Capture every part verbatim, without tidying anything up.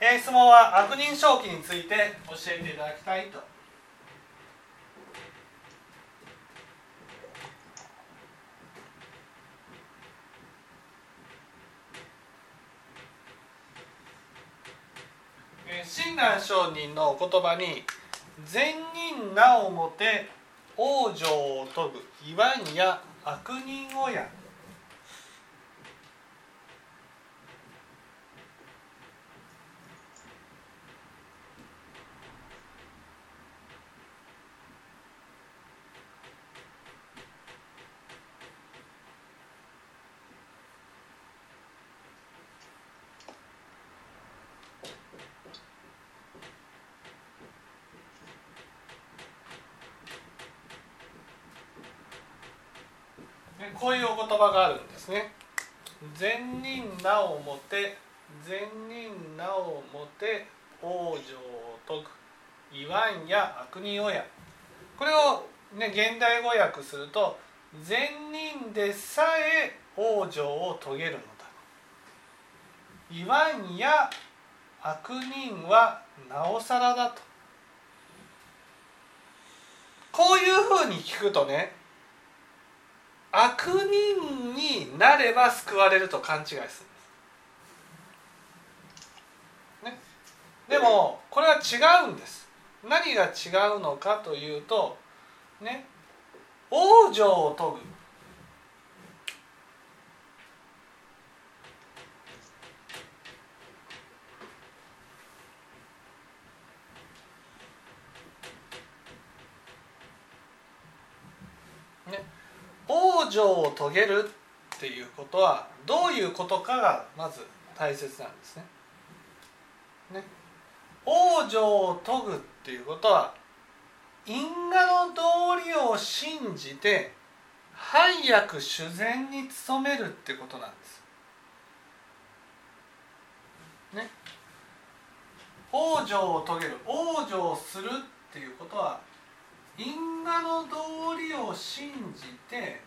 えー、質問は悪人正気について教えていただきたいと。えー、親鸞上人のお言葉に善人なおもて往生を説ぐ言わんや悪人をや、こういうお言葉があるんですね。善人なおもて善人なおもて往生を説く言わんや悪人をや。これを、ね、現代語訳すると善人でさえ往生を遂げるのだ、言わんや悪人はなおさらだと。こういうふうに聞くとね、悪人になれば救われると勘違いするんです、ね、でもこれは違うんです。何が違うのかというとね、往生を説ぐ、ね、往生を遂げるっていうことはどういうことかがまず大切なんですね。ね、往生を説ぐっていうことは因果の道理を信じて配役修善に努めるってことなんです。ね、往生を遂げる、往生するっていうことは因果の道理を信じて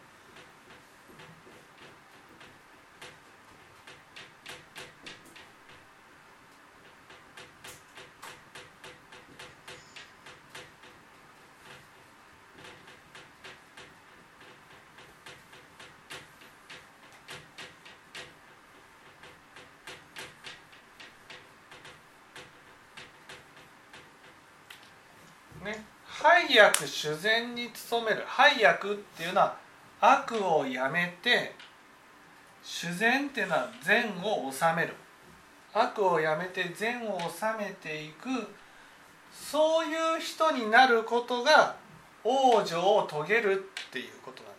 ね、配役修善に努める。配役っていうのは悪をやめて、修善っていうのは善を治める。悪をやめて善を治めていく、そういう人になることが往生を遂げるっていうことなんです。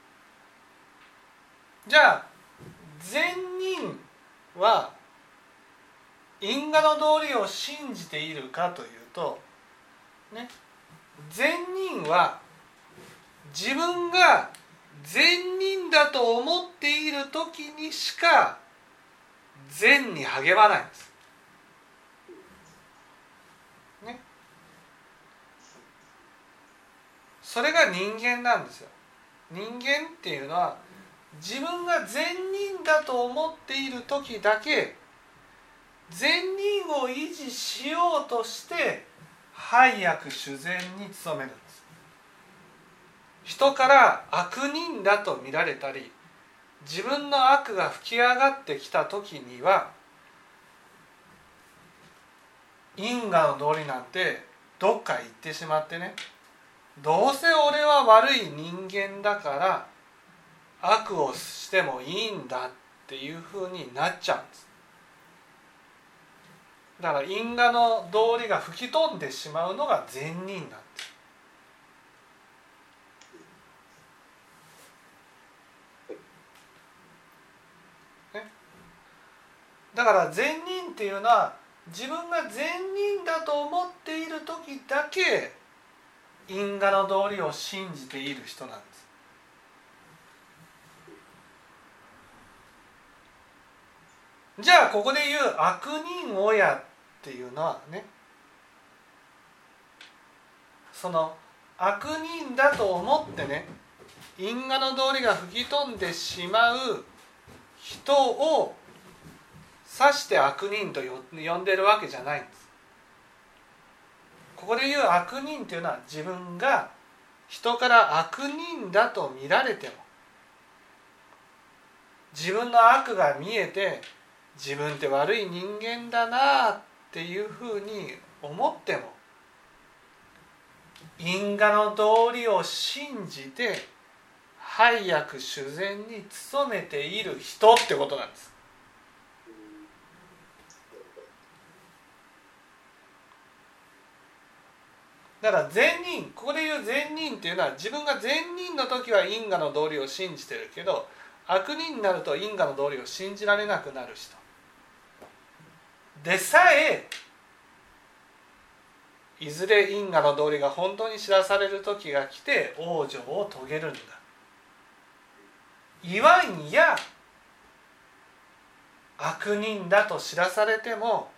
じゃあ善人は因果の道理を信じているかというとね、善人は自分が善人だと思っている時にしか善に励まないんです、ね、それが人間なんですよ。人間っていうのは自分が善人だと思っている時だけ善人を維持しようとして配役修善に努めるんです。人から悪人だと見られたり、自分の悪が吹き上がってきた時には因果の道理なんてどっか行ってしまってね、どうせ俺は悪い人間だから悪をしてもいいんだっていうふうになっちゃうんです。だから因果の道理が吹き飛んでしまうのが善人なんです、ね、だから善人っていうのは自分が善人だと思っている時だけ因果の道理を信じている人なんです。じゃあここで言う悪人親っていうのはね、その悪人だと思ってね、因果の道理が吹き飛んでしまう人をさして悪人と呼んでるわけじゃないんです。ここで言う悪人というのは、自分が人から悪人だと見られても、自分の悪が見えて自分って悪い人間だなっていうふうに思っても、因果の道理を信じて配役修善に努めている人ってことなんです。だから善人、ここで言う善人っていうのは、自分が善人の時は因果の道理を信じてるけど、悪人になると因果の道理を信じられなくなる人でさえ、いずれ因果の道理が本当に知らされる時が来て往生を遂げるんだ。いわんや悪人だと知らされても、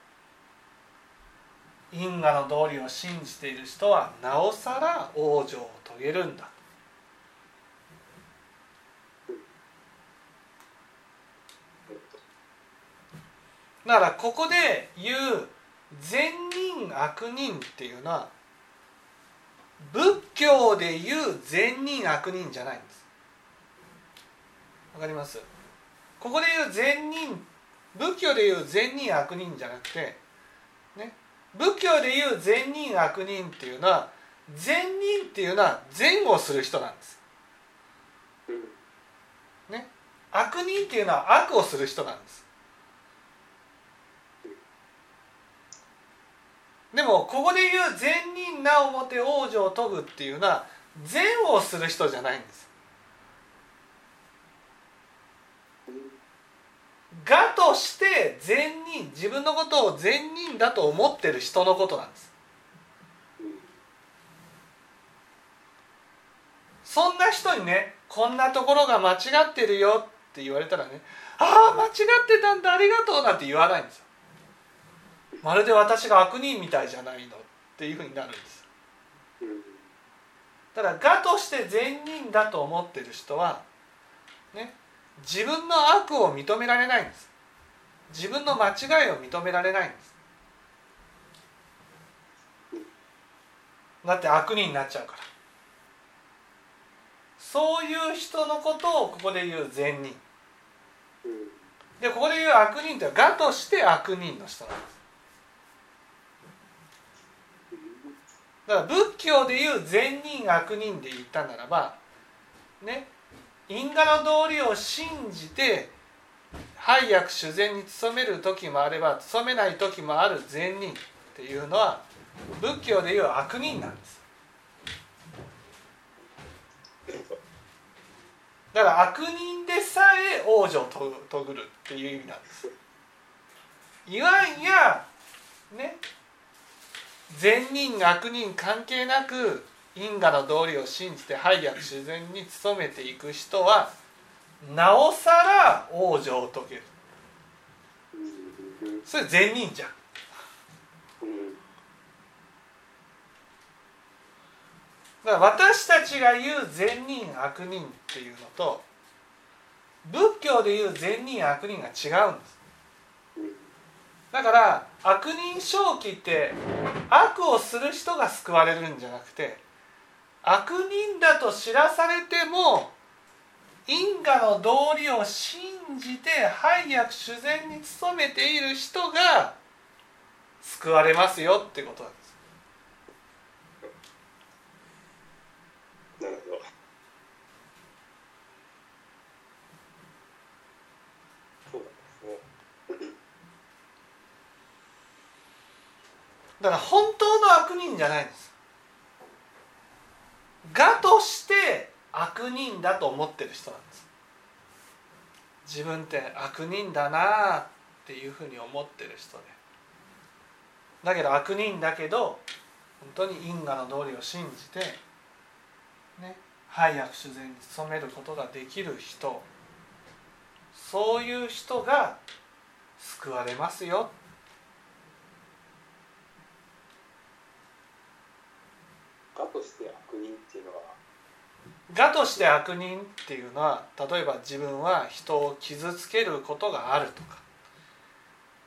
因果の道理を信じている人はなおさら往生を遂げるんだ。だからここで言う善人悪人っていうのは、仏教で言う善人悪人じゃないんです。わかります？ここで言う善人、仏教で言う善人悪人じゃなくて、ね、仏教で言う善人悪人っていうのは、善人っていうのは善をする人なんです。ね、悪人っていうのは悪をする人なんです。でもここで言う善人なおもて往生を遂ぐっていうのは、善をする人じゃないんです。我として善人、自分のことを善人だと思ってる人のことなんです。そんな人にね、こんなところが間違ってるよって言われたらね、ああ間違ってたんだ、ありがとうなんて言わないんですよ。まるで私が悪人みたいじゃないのっていうふうになるんです。だから我として善人だと思ってる人はね、自分の悪を認められないんです。自分の間違いを認められないんです。だって悪人になっちゃうから。そういう人のことをここで言う善人で、ここで言う悪人というのは我として悪人の人なんです。だから仏教でいう善人悪人で言ったならばね、因果の道理を信じて配役修善に努める時もあれば努めない時もある善人っていうのは、仏教でいう悪人なんです。だから悪人でさえ往生を遂ぐるっていう意味なんです。いわんやね、善人悪人関係なく因果の道理を信じて配役修善に努めていく人はなおさら往生を遂げる。それ善人じゃん。だから私たちが言う善人悪人っていうのと仏教で言う善人悪人が違うんです。だから悪人正気って悪をする人が救われるんじゃなくて、悪人だと知らされても因果の道理を信じて配役修善に努めている人が救われますよってことなんです。 なるほど。そうなんですね。 だから本当の悪人じゃないんです。我として悪人だと思ってる人なんです。自分って悪人だなっていうふうに思ってる人で、だけど悪人だけど本当に因果の道理を信じてね、配役修善に努めることができる人、そういう人が救われますよ。 我として悪人っていうのは、 我として悪人っていうのは、例えば自分は人を傷つけることがあるとか、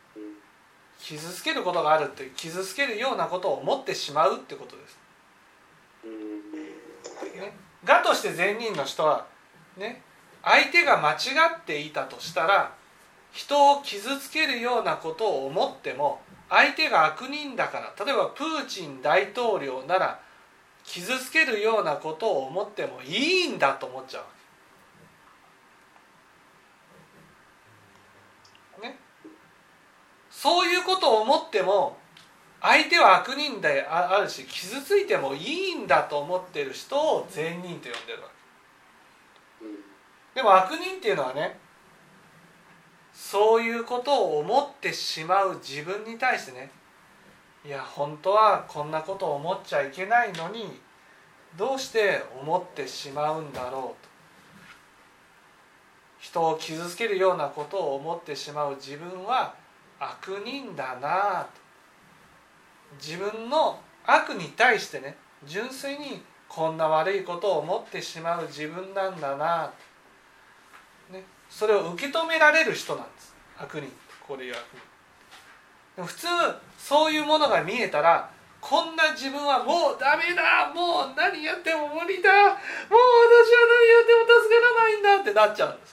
傷つけることがあるって傷つけるようなことを思ってしまうってことです。ね、がとして善人の人はね、相手が間違っていたとしたら人を傷つけるようなことを思っても相手が悪人だから例えばプーチン大統領なら傷つけるようなことを思ってもいいんだと思っちゃうわけ、ね、そういうことを思っても相手は悪人であるし傷ついてもいいんだと思っている人を善人と呼んでるわけ。でも悪人っていうのはね、そういうことを思ってしまう自分に対してね、いや本当はこんなことを思っちゃいけないのにどうして思ってしまうんだろうと、人を傷つけるようなことを思ってしまう自分は悪人だなと、自分の悪に対してね純粋にこんな悪いことを思ってしまう自分なんだなと、ね、それを受け止められる人なんです、悪人。これいう悪人でも普通そういうものが見えたらこんな自分はもうダメだ、もう何やっても無理だ、もう私は何やっても助からないんだってなっちゃうんです。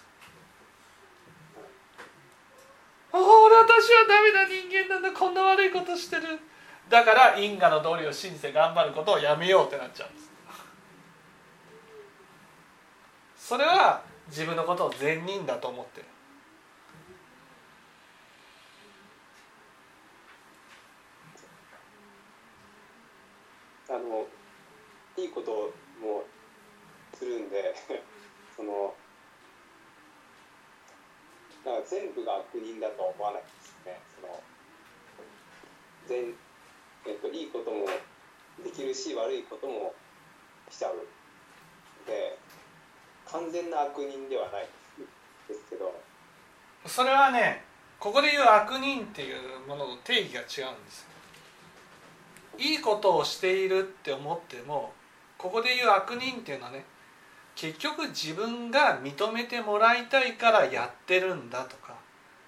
俺私はダメな人間なんだ、こんな悪いことしてる、だから因果の道理を信じて頑張ることをやめようってなっちゃうんです。それは自分のことを善人だと思ってる。 あのいいこともするんでそのなんか全部が悪人だとは思わないですね。その全、えっと、いいこともできるし悪いこともしちゃうで完全な悪人ではないですけど、 それはね、ここで言う悪人っていうものの定義が違うんですよ。いいことをしているって思ってもここで言う悪人っていうのはね、結局自分が認めてもらいたいからやってるんだとか、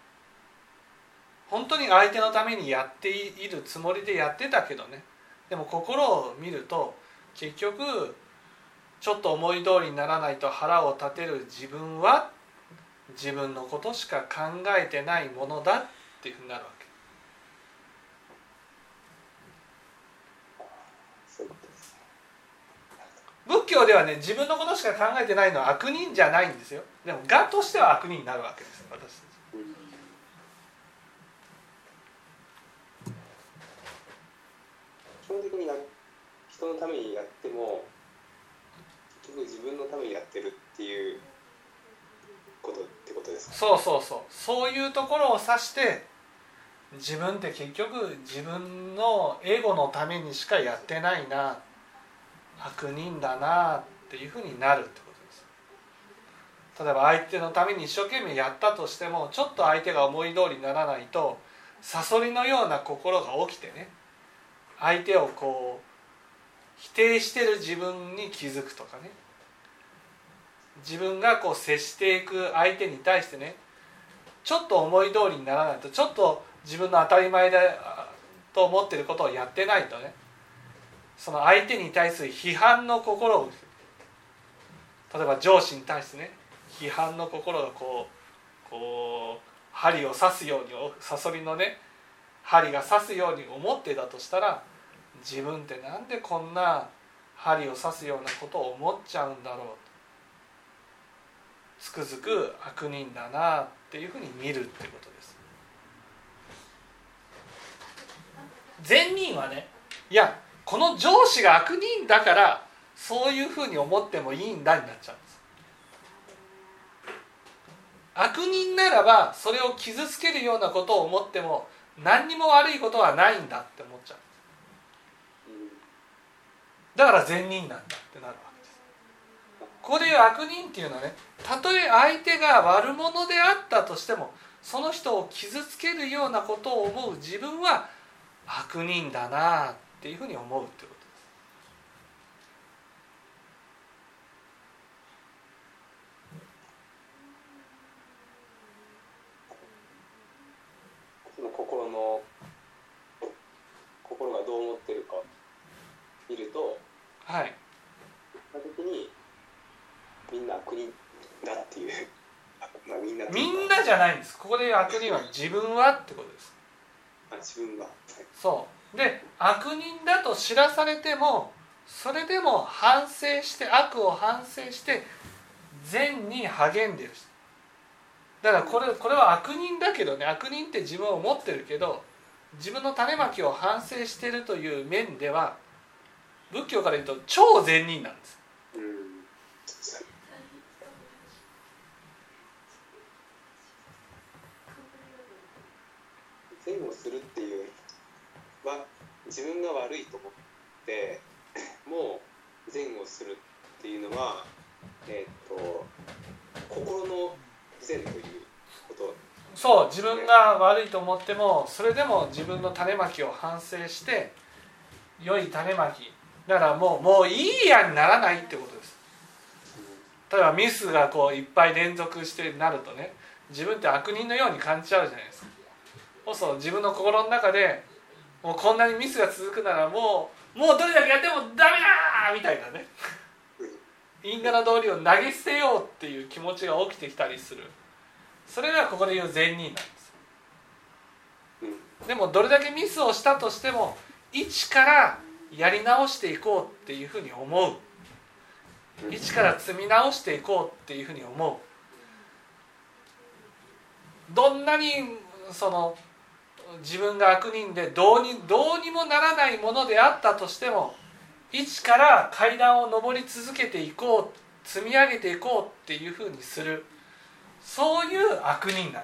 本当に相手のためにやっているつもりでやってたけどね、でも心を見ると結局ちょっと思い通りにならないと腹を立てる自分は自分のことしか考えてないものだっていうふうになるわけ。 そういうことです。 仏教ではね、自分のことしか考えてないのは悪人じゃないんですよ。でも我としては悪人になるわけです、私たち。 基本的にな人のためにやっても結局自分のためにやってるっていうことってことですか。 そうそうそう、そういうところを指して自分って結局自分のエゴのためにしかやってないな、悪人だなっていうふうになるってことです。例えば相手のために一生懸命やったとしてもちょっと相手が思い通りにならないとサソリのような心が起きてね、相手をこう否定してる自分に気づくとかね、自分がこう接していく相手に対してねちょっと思い通りにならないと、ちょっと自分の当たり前だと思っていることをやってないとね、その相手に対する批判の心を、例えば上司に対してね批判の心がこうこう針を刺すように、サソリのね針が刺すように思っていたとしたら、自分ってなんでこんな針を刺すようなことを思っちゃうんだろうと、つくづく悪人だなっていうふうに見るってことです。善人はね、いやこの上司が悪人だからそういうふうに思ってもいいんだになっちゃうんです。悪人ならばそれを傷つけるようなことを思っても何にも悪いことはないんだって思っちゃう。だから善人なんだってなるわけです。ここでいう悪人っていうのはね、たとえ相手が悪者であったとしてもその人を傷つけるようなことを思う自分は悪人だなっていうふうに思うってことです。 その心のいると、 はい、 結果的にみんな悪人だっていうまあみんなみんなじゃないんです。ここで悪人は自分はってことです。 あ自分は、はい、 そうで、悪人だと知らされてもそれでも反省して悪を反省して善に励んでる。だからこれ、これは悪人だけどね、悪人って自分を持ってるけど自分の種まきを反省しているという面では仏教から言うと超善人なんです。 うん善をするっていうは自分が悪いと思ってもう善をするっていうのは、えー、と心の善ということ、ね、 そう、自分が悪いと思ってもそれでも自分の種まきを反省して良い種まきだからもう、もういいやにならないってことです。例えばミスがこういっぱい連続してなるとね、自分って悪人のように感じちゃうじゃないですか。そうそう、自分の心の中でもうこんなにミスが続くならもうもうどれだけやってもダメだみたいなね因果の道理を投げ捨てようっていう気持ちが起きてきたりする。それがここで言う善人なんです。でもどれだけミスをしたとしても一からやり直していこうっていうふうに思う。一から積み直していこうっていうふうに思う。どんなにその自分が悪人でどうに、どうにもならないものであったとしても一から階段を上り続けていこう、積み上げていこうっていうふうにする、そういう悪人なんです。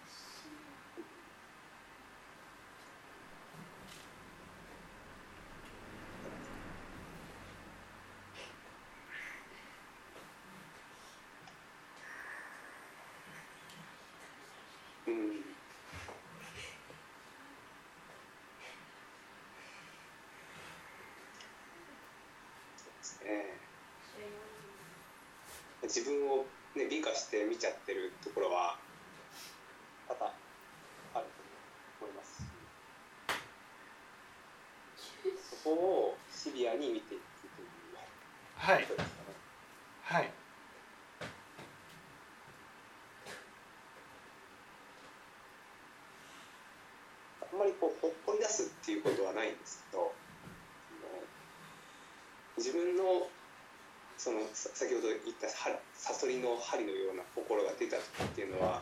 うんえー、自分を、ね、美化して見ちゃってるところは多々あると思いますし、そこをシビアに見ていくというはいことですかね。 はい。 あんまりこうほっぽり出すっていうことはないんですけど、自分のその先ほど言ったサソリの針のような心が出た時っていうのは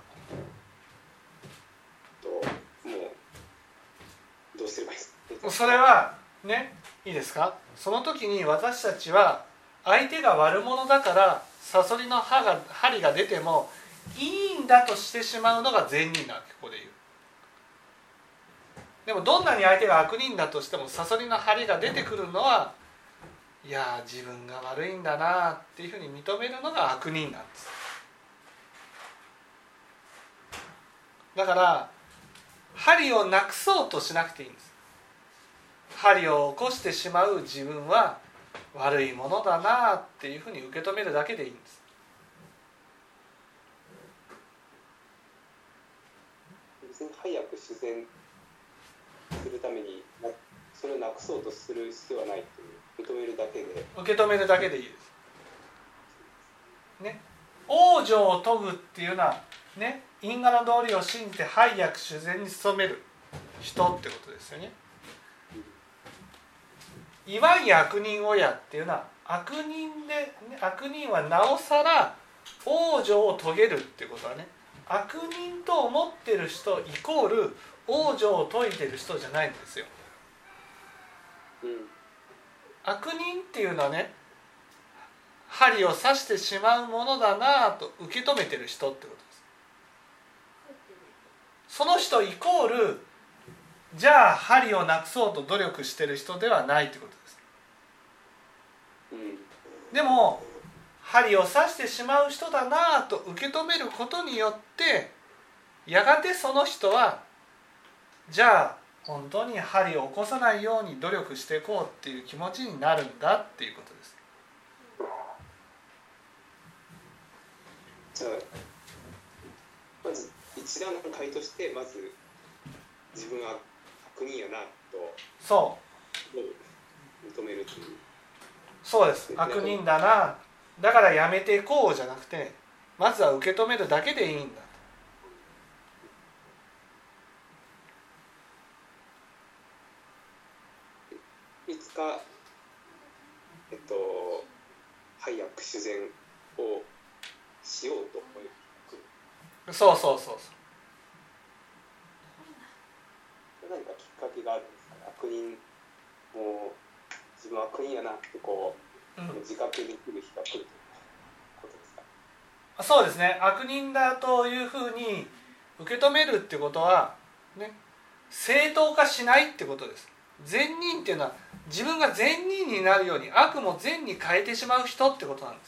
ともうどうすればいいですか。 それはね、いいですか。その時に私たちは相手が悪者だからサソリの歯が針が出てもいいんだとしてしまうのが善人なわけ。ここで言う。でもどんなに相手が悪人だとしてもサソリの針が出てくるのはいや自分が悪いんだなっていうふうに認めるのが悪人なんです。だから針をなくそうとしなくていいんです。針を起こしてしまう自分は悪いものだなっていうふうに受け止めるだけでいいんです。 別に早く自然するためにそれをなくそうとする必要はないという、認めるだけで受け止めるだけでいいですね。往生を研ぐっていうのはね、因果の道理を信じて早く修善に努める人ってことですよね。いわんや悪人親っていうのは悪人で、悪人はなおさら往生を遂げるっていうことはね、悪人と思ってる人イコール往生を説いてる人じゃないんですよ。 うん、 悪人っていうのはね、針を刺してしまうものだなと受け止めてる人ってことです。その人イコールじゃあ針をなくそうと努力してる人ではないってことです。 うん、 でも針を刺してしまう人だなと受け止めることによってやがてその人はじゃあ本当に針を起こさないように努力していこうっていう気持ちになるんだっていうことです。 じゃあまず一段階としてまず自分は悪人やなとそ認めるという。 そうです。悪人だな、だからやめていこうじゃなくて、まずは受け止めるだけでいいんだ。 いつか、えっと、早く自然をしようと思う。 そうそうそうそう。 何かきっかけがあるんですかね。悪人、もう自分は悪人やなってこう、うん、自覚できる日が来るということですか。 そうですね。悪人だというふうに受け止めるってことはね、正当化しないってことです。善人っていうのは自分が善人になるように悪も善に変えてしまう人ってことなんです、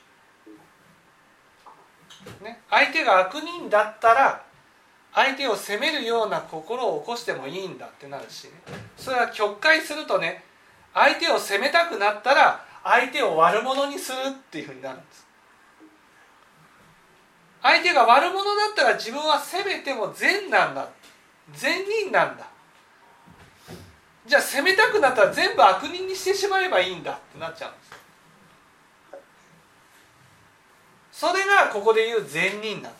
ね、相手が悪人だったら相手を責めるような心を起こしてもいいんだってなるし、ね、それは曲解するとね、相手を責めたくなったら相手を悪者にするっていうふうになるんです。相手が悪者だったら自分は責めても善なんだ、善人なんだ、じゃあ責めたくなったら全部悪人にしてしまえばいいんだってなっちゃうんです。それがここで言う善人なんです。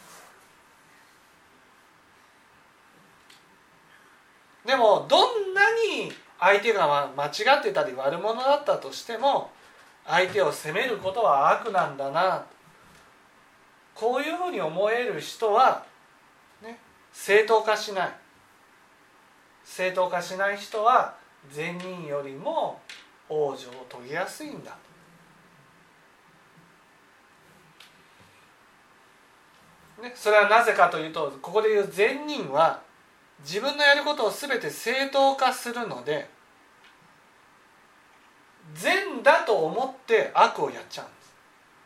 でもどんなに相手が間違ってたり悪者だったとしても、相手を責めることは悪なんだな、こういうふうに思える人は、ね、正当化しない。正当化しない人は善人よりも往生を遂げやすいんだ。ね、それはなぜかというと、ここで言う善人は自分のやることを全て正当化するので、善だと思って悪をやっちゃうんです。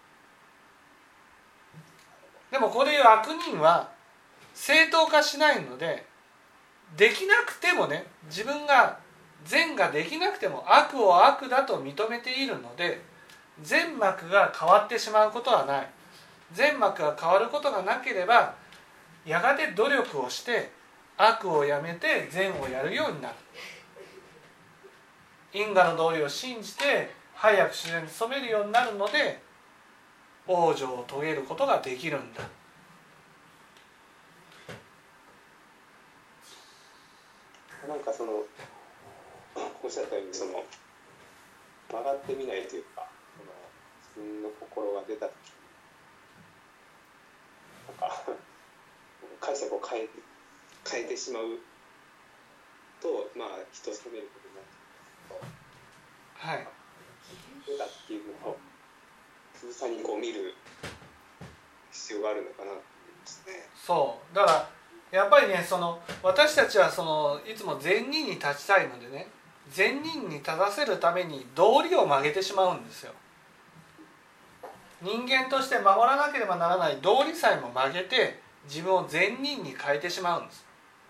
でもここで言う悪人は正当化しないので、できなくてもね、自分が善ができなくても悪を悪だと認めているので、善悪が変わってしまうことはない。善悪が変わることがなければ、やがて努力をして悪をやめて善をやるようになる。因果の道理を信じて早く自然に努めるようになるので、往生を遂げることができるんだ。 なんかそのおっしゃったように、その曲がってみないというか、その自分の心が出た時になんか解釈を変えて変えてしまうと、まあ人を責めることになってくるんですけど、はい、出たっていうのをつぶさにこう見る必要があるのかなと思いますね。 そうだからやっぱりね、その私たちはそのいつも善人に立ちたいのでね、善人に立たせるために道理を曲げてしまうんですよ。人間として守らなければならない道理さえも曲げて自分を善人に変えてしまうんです。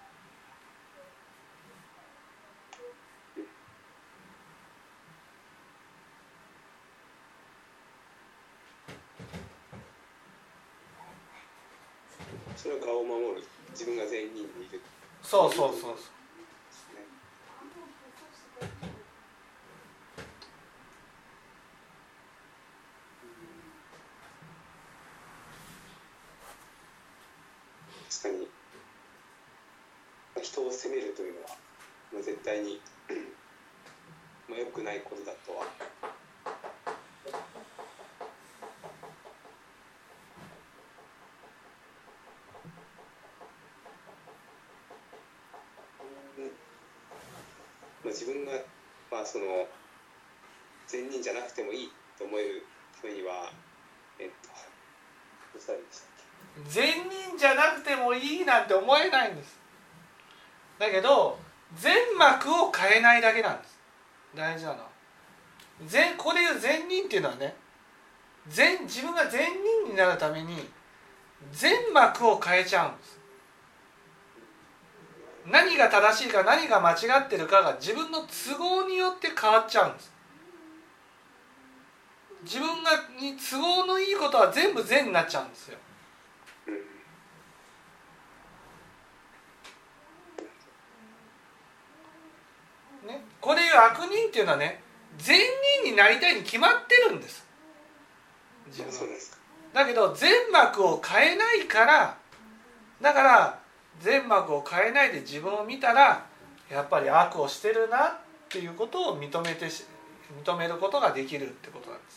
それは我を守る、自分が善人にいる。 そうそうそうそう。 確かに人を責めるというのは、まあ、絶対にまあ良くないことだとはまあ、自分が、まあ、その善人じゃなくてもいいと思えるためには、えっと、どうしたらいいでしたっけ？ 善人じゃなくてもいいなんて思えないんです。だけど善悪を変えないだけなんです。大事なのは善、ここで言う善人っていうのはね、善、自分が善人になるために善悪を変えちゃうんです。何が正しいか何が間違ってるかが自分の都合によって変わっちゃうんです。自分がに都合のいいことは全部善になっちゃうんですよ。ね、これいう悪人っていうのはね、 善人になりたいに決まってるんです。自分は。だけど善悪を変えないから、だから善悪を変えないで自分を見たらやっぱり悪をしてるなっていうことを認めてし認めることができるってことなんです。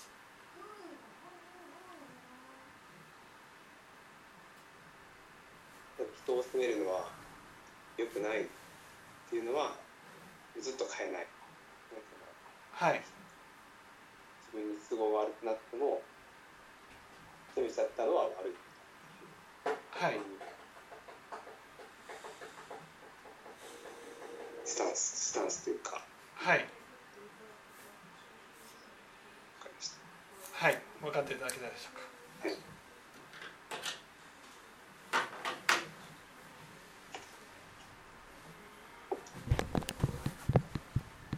人を責めるのは良くないっていうのはずっと変えない。 はい。 自分に都合が悪くなっても責めちゃったのは悪い。 はい。 スタンス、スタンスというか。 はい。はい、分かっていただけたでしょうか。 はい。